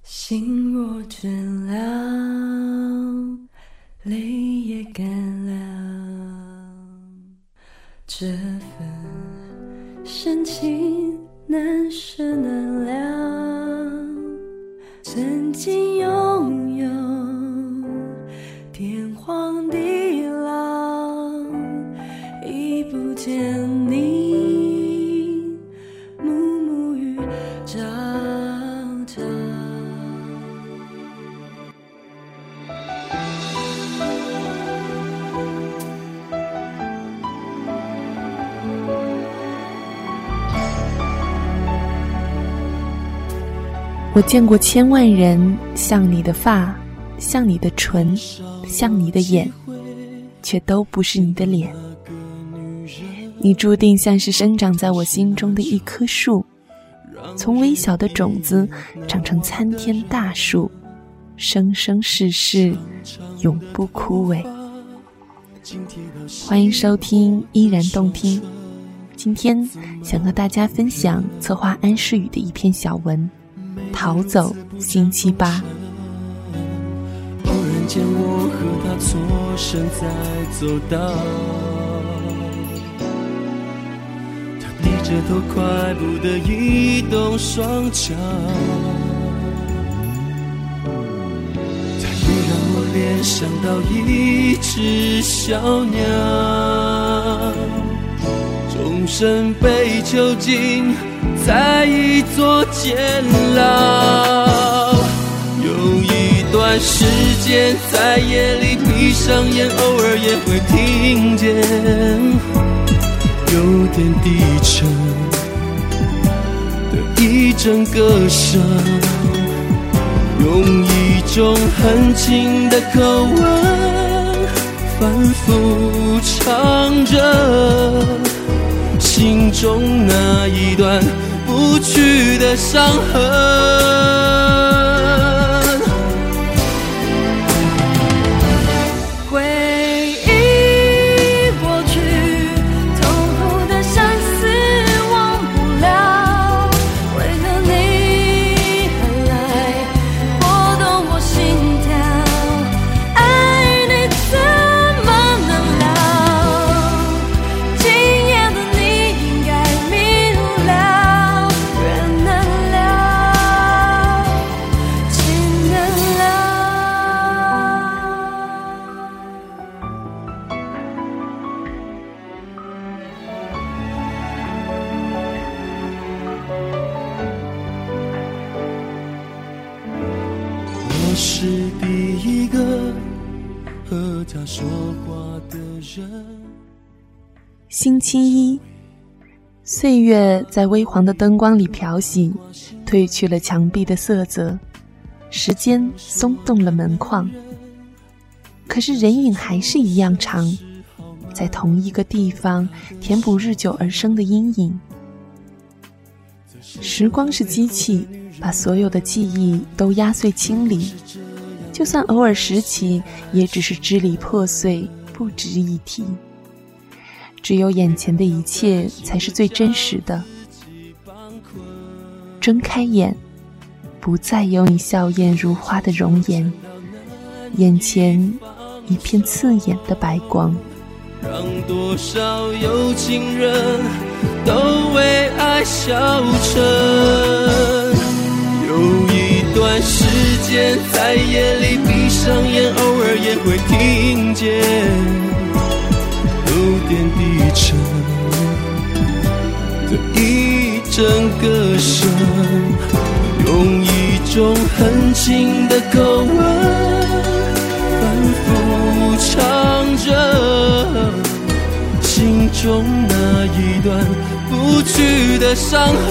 心若倦了，泪也干了，这份深情难舍难了。曾经拥有天荒地老，已不见你暮暮与朝朝。 我见过千万人，像你的发，像你的唇，像你的眼，却都不是你的脸。你注定像是生长在我心中的一棵树，从微小的种子长成参天大树，生生世世永不枯萎。欢迎收听依然动听，今天想和大家分享策划安世宇的一篇小文，逃走星期八。 偶然间我和他错身在走道，他低着头快步地移动双脚，他也让我联想到一只小鸟，终身被囚禁在一座监牢。有一段时间在夜里闭上眼，偶尔也会听见有点低沉的一阵歌声，用一种很轻的口吻反复唱着心中那一段不去的伤痕。 回忆过去，痛苦的相思忘不了，为何你还来拨动我心跳？爱你怎么能了？今夜的你应该明了，缘难了，情难了。 我是第一个和他说话的人。 星期一，岁月在微黄的灯光里漂洗，褪去了墙壁的色泽，时间松动了门框，可是人影还是一样长，在同一个地方填补日久而生的阴影。时光是机器，把所有的记忆都压碎清理，就算偶尔拾起，也只是支离破碎，不值一提。只有眼前的一切才是最真实的。睁开眼，不再有你笑靥如花的容颜，眼前一片刺眼的白光， 让多少有情人都为爱消沉。有一段时间在夜里闭上眼，偶尔也会听见有点低沉的一阵歌声，用一种很轻的口吻反复唱着心中那一段不去的伤痕。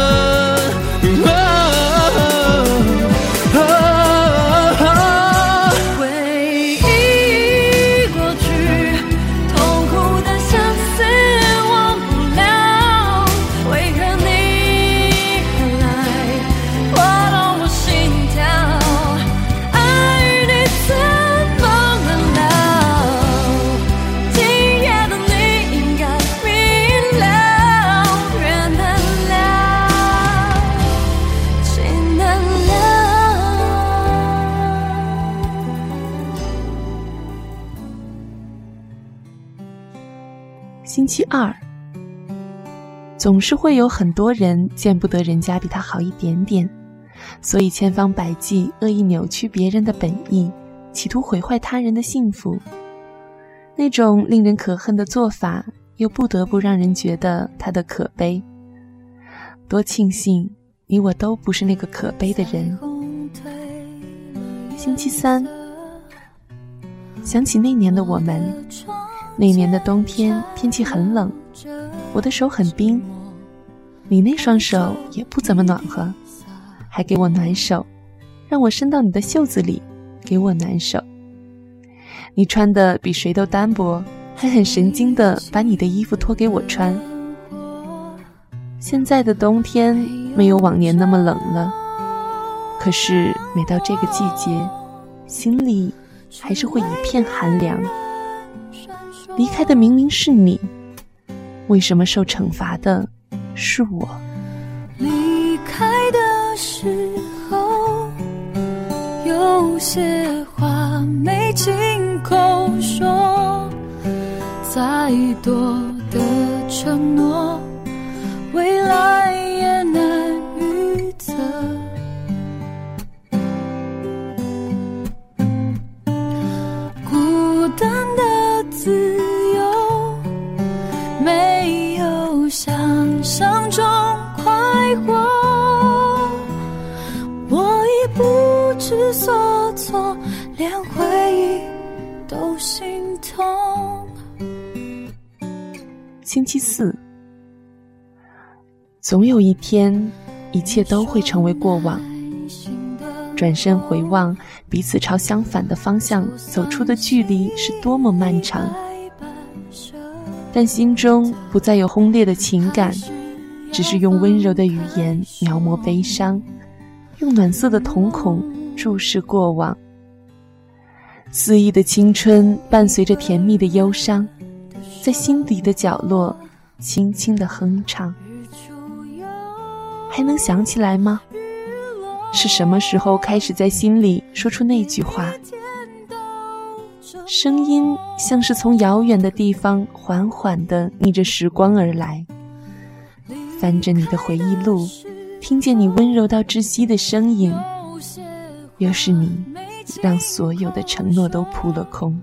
回忆过去，痛苦的相思忘不了，为何你还来拨动我心跳？爱你怎么能了？今夜的你应该明了，缘难了， 星期二，总是会有很多人见不得人家比他好一点点，所以千方百计恶意扭曲别人的本意，企图毁坏他人的幸福。那种令人可恨的做法，又不得不让人觉得他的可悲。多庆幸你我都不是那个可悲的人。星期三，想起那年的我们，那年的冬天天气很冷，我的手很冰，你那双手也不怎么暖和，还给我暖手，让我伸到你的袖子里给我暖手。你穿的比谁都单薄，还很神经地把你的衣服脱给我穿。现在的冬天没有往年那么冷了，可是每到这个季节，心里还是会一片寒凉。离开的明明是你，为什么受惩罚的是我？ 离开的时候，有些话没亲口说，再多的承诺，未来也难预测。孤单的自由，没有想象中快活，我已不知所措，连回忆都心痛。 星期四，总有一天，一切都会成为过往。转身回望，彼此朝相反的方向走出的距离是多么漫长。但心中不再有轰烈的情感，只是用温柔的语言描摹悲伤，用暖色的瞳孔注视过往。肆意的青春伴随着甜蜜的忧伤，在心底的角落轻轻地哼唱。还能想起来吗？是什么时候开始在心里说出那句话？声音像是从遥远的地方缓缓地逆着时光而来，翻着你的回忆录，听见你温柔到窒息的声音，又是你让所有的承诺都扑了空。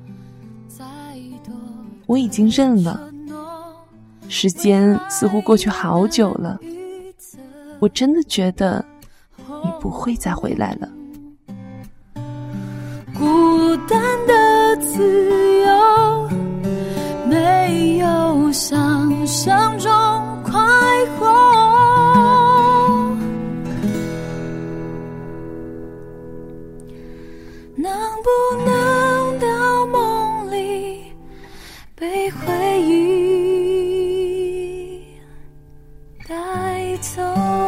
我已经认了，时间似乎过去好久了，我真的觉得你不会再回来了。 孤单的自由，没有想象中快活，能不能到梦里被回忆带走？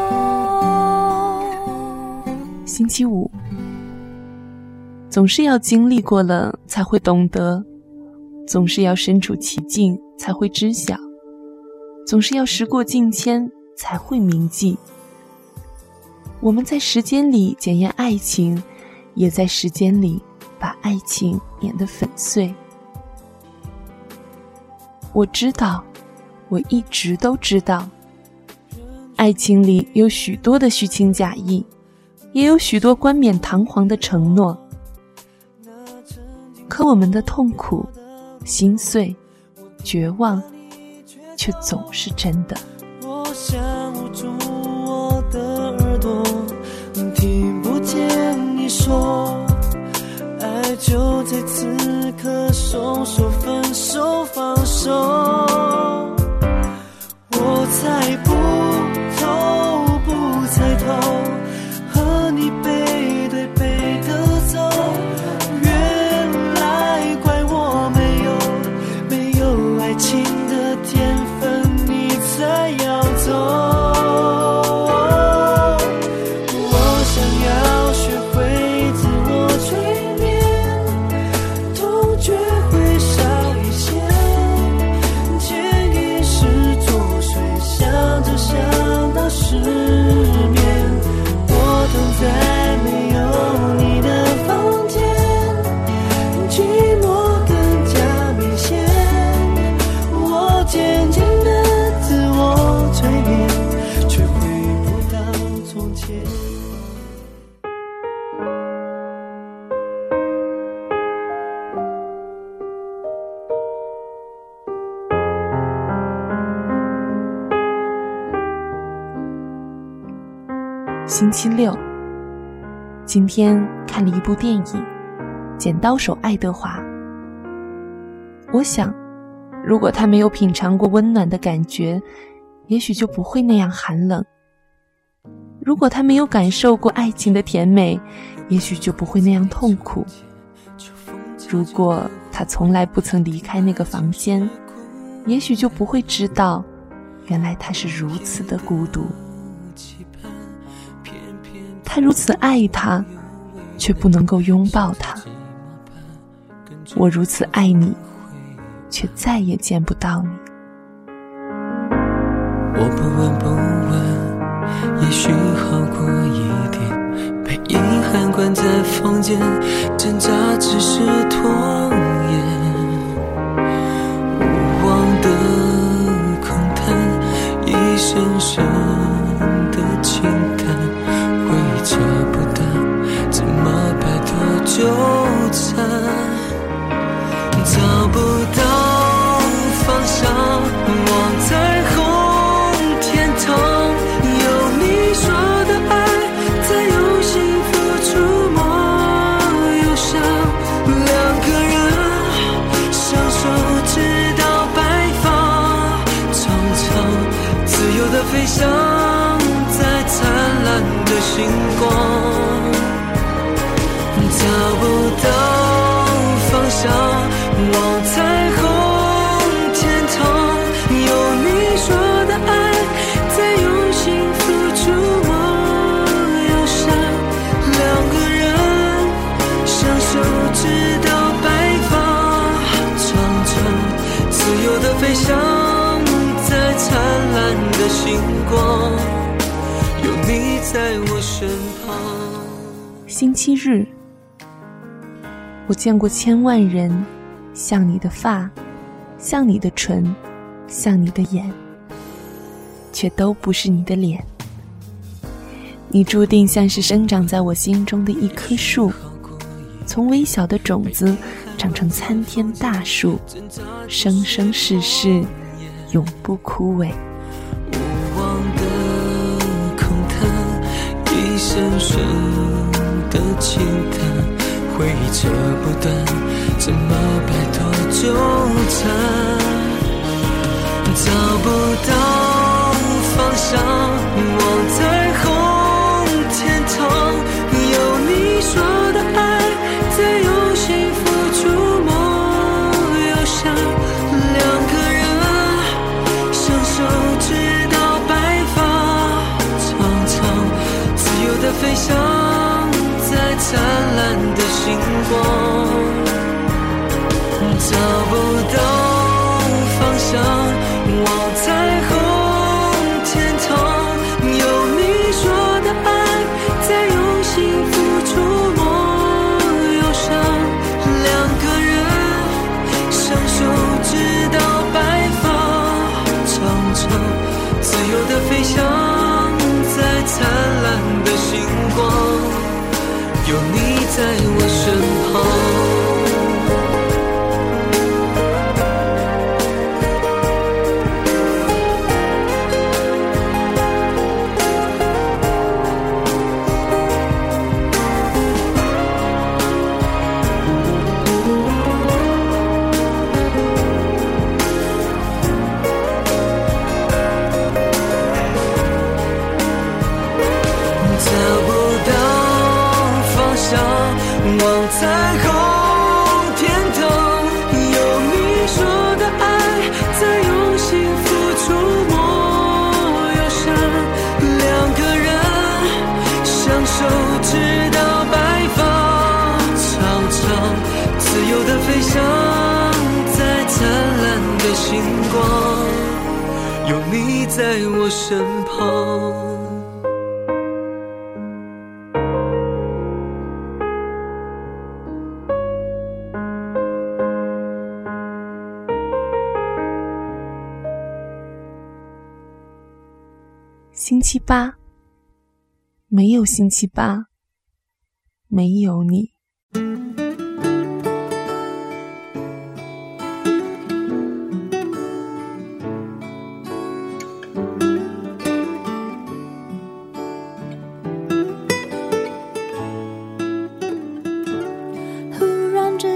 星期五，总是要经历过了才会懂得，总是要身处其境才会知晓，总是要时过境迁才会铭记。我们在时间里检验爱情，也在时间里把爱情碾得粉碎。我知道，我一直都知道，爱情里有许多的虚情假意，也有许多冠冕堂皇的承诺，可我们的痛苦、心碎、绝望却总是真的。 我想捂住我的耳朵，听不见你说爱就在此刻，说说分手放手。我猜不透不猜透，和你背对背的走，原来怪我没有爱情的天分，你才有。 星期六，今天看了一部电影《剪刀手爱德华》。我想，如果他没有品尝过温暖的感觉，也许就不会那样寒冷。如果他没有感受过爱情的甜美，也许就不会那样痛苦。如果他从来不曾离开那个房间，也许就不会知道，原来他是如此的孤独。他如此爱他，却不能够拥抱他。我如此爱你，却再也见不到你。 我不问不问，也许好过一点，被遗憾关在房间，挣扎只是拖延，无望的空谈，一声声的轻叹，回忆扯不断，怎么摆脱纠缠，找不到方向，望彩虹天堂，有你说的爱，在用心付出梦忧伤，两个人相守直到白发，长长自由的飞翔在灿烂的星光，找不到方向，望彩虹天堂，有你说的爱，在用心付出梦忧伤，两个人相守直到白发，长长自由的飞翔在灿烂的星光，有你在我身旁。 星期日，我见过千万人，像你的发，像你的唇，像你的眼，却都不是你的脸。你注定像是生长在我心中的一棵树，从微小的种子长成参天大树，生生世世永不枯萎。 无望的空谈，一声声的轻叹，回忆扯不断，怎么摆脱纠缠，找不到方向，望彩虹天堂，有你说的爱，在用心付出梦忧伤，两个人相守直到白发，长长自由的飞翔在灿烂的星光，找不到方向，望彩虹天堂，有你说的爱，在用心付出梦忧伤，两个人相守直到白发，长长自由的飞翔在灿烂的星光，有你在我身旁。望彩虹天堂，有你说的爱，在用心付出梦忧伤，两个人相守直到白发，长长自由的飞翔在灿烂的星光，有你在我身旁。 星期八，没有星期八，没有你。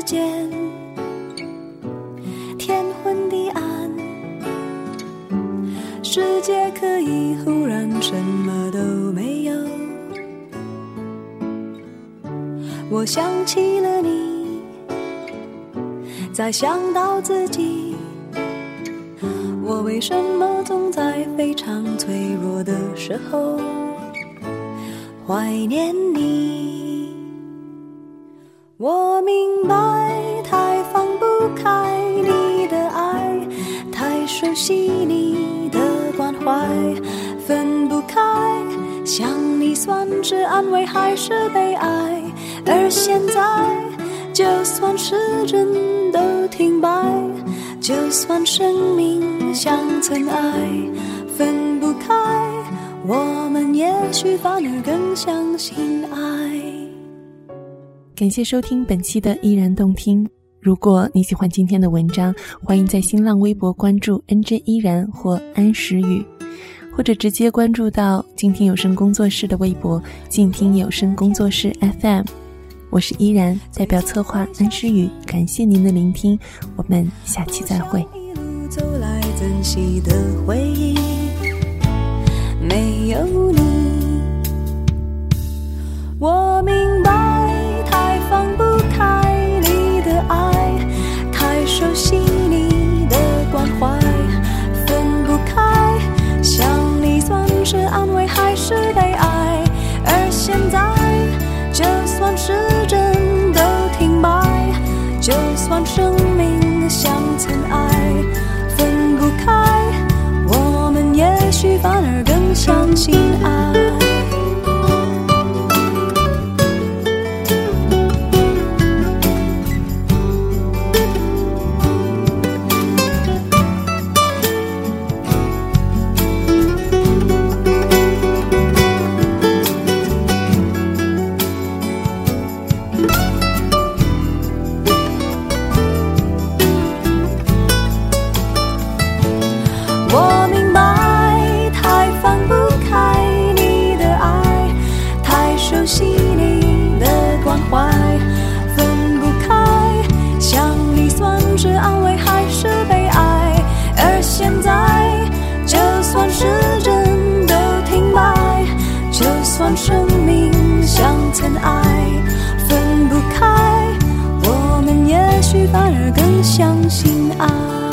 间，天昏地暗，世界可以忽然什么都没有。我想起了你，再想到自己，我为什么总在非常脆弱的时候怀念你？我明白，太放不开你的爱，太熟悉你的关怀，分不开，想你算是安慰还是悲哀？而现在，就算时针都停摆，就算生命像尘埃，分不开，我们也许反而更相信爱。 感谢收听本期的依然动听。如果你喜欢今天的文章，欢迎在新浪微博关注 NJ 依然或安时雨，或者直接关注到静听有声工作室的微博静听有声工作室 FM。 我是依然，代表策划安时雨，感谢您的聆听，我们下期再会。 一路走来珍惜的回忆，没有你，我明白，太放不开你的爱，太熟悉你的关怀，分不开，想你算是安慰还是悲哀？而现在，就算时针都停摆，就算生命像尘埃，分不开，我们也许反而更相信爱。我明白，太放不开你的爱，太熟悉你的关怀，分不开，想你算是安慰还是悲哀？而现在，就算时针都停摆，就算生命像尘埃，分不开，我们也许反而更相信爱。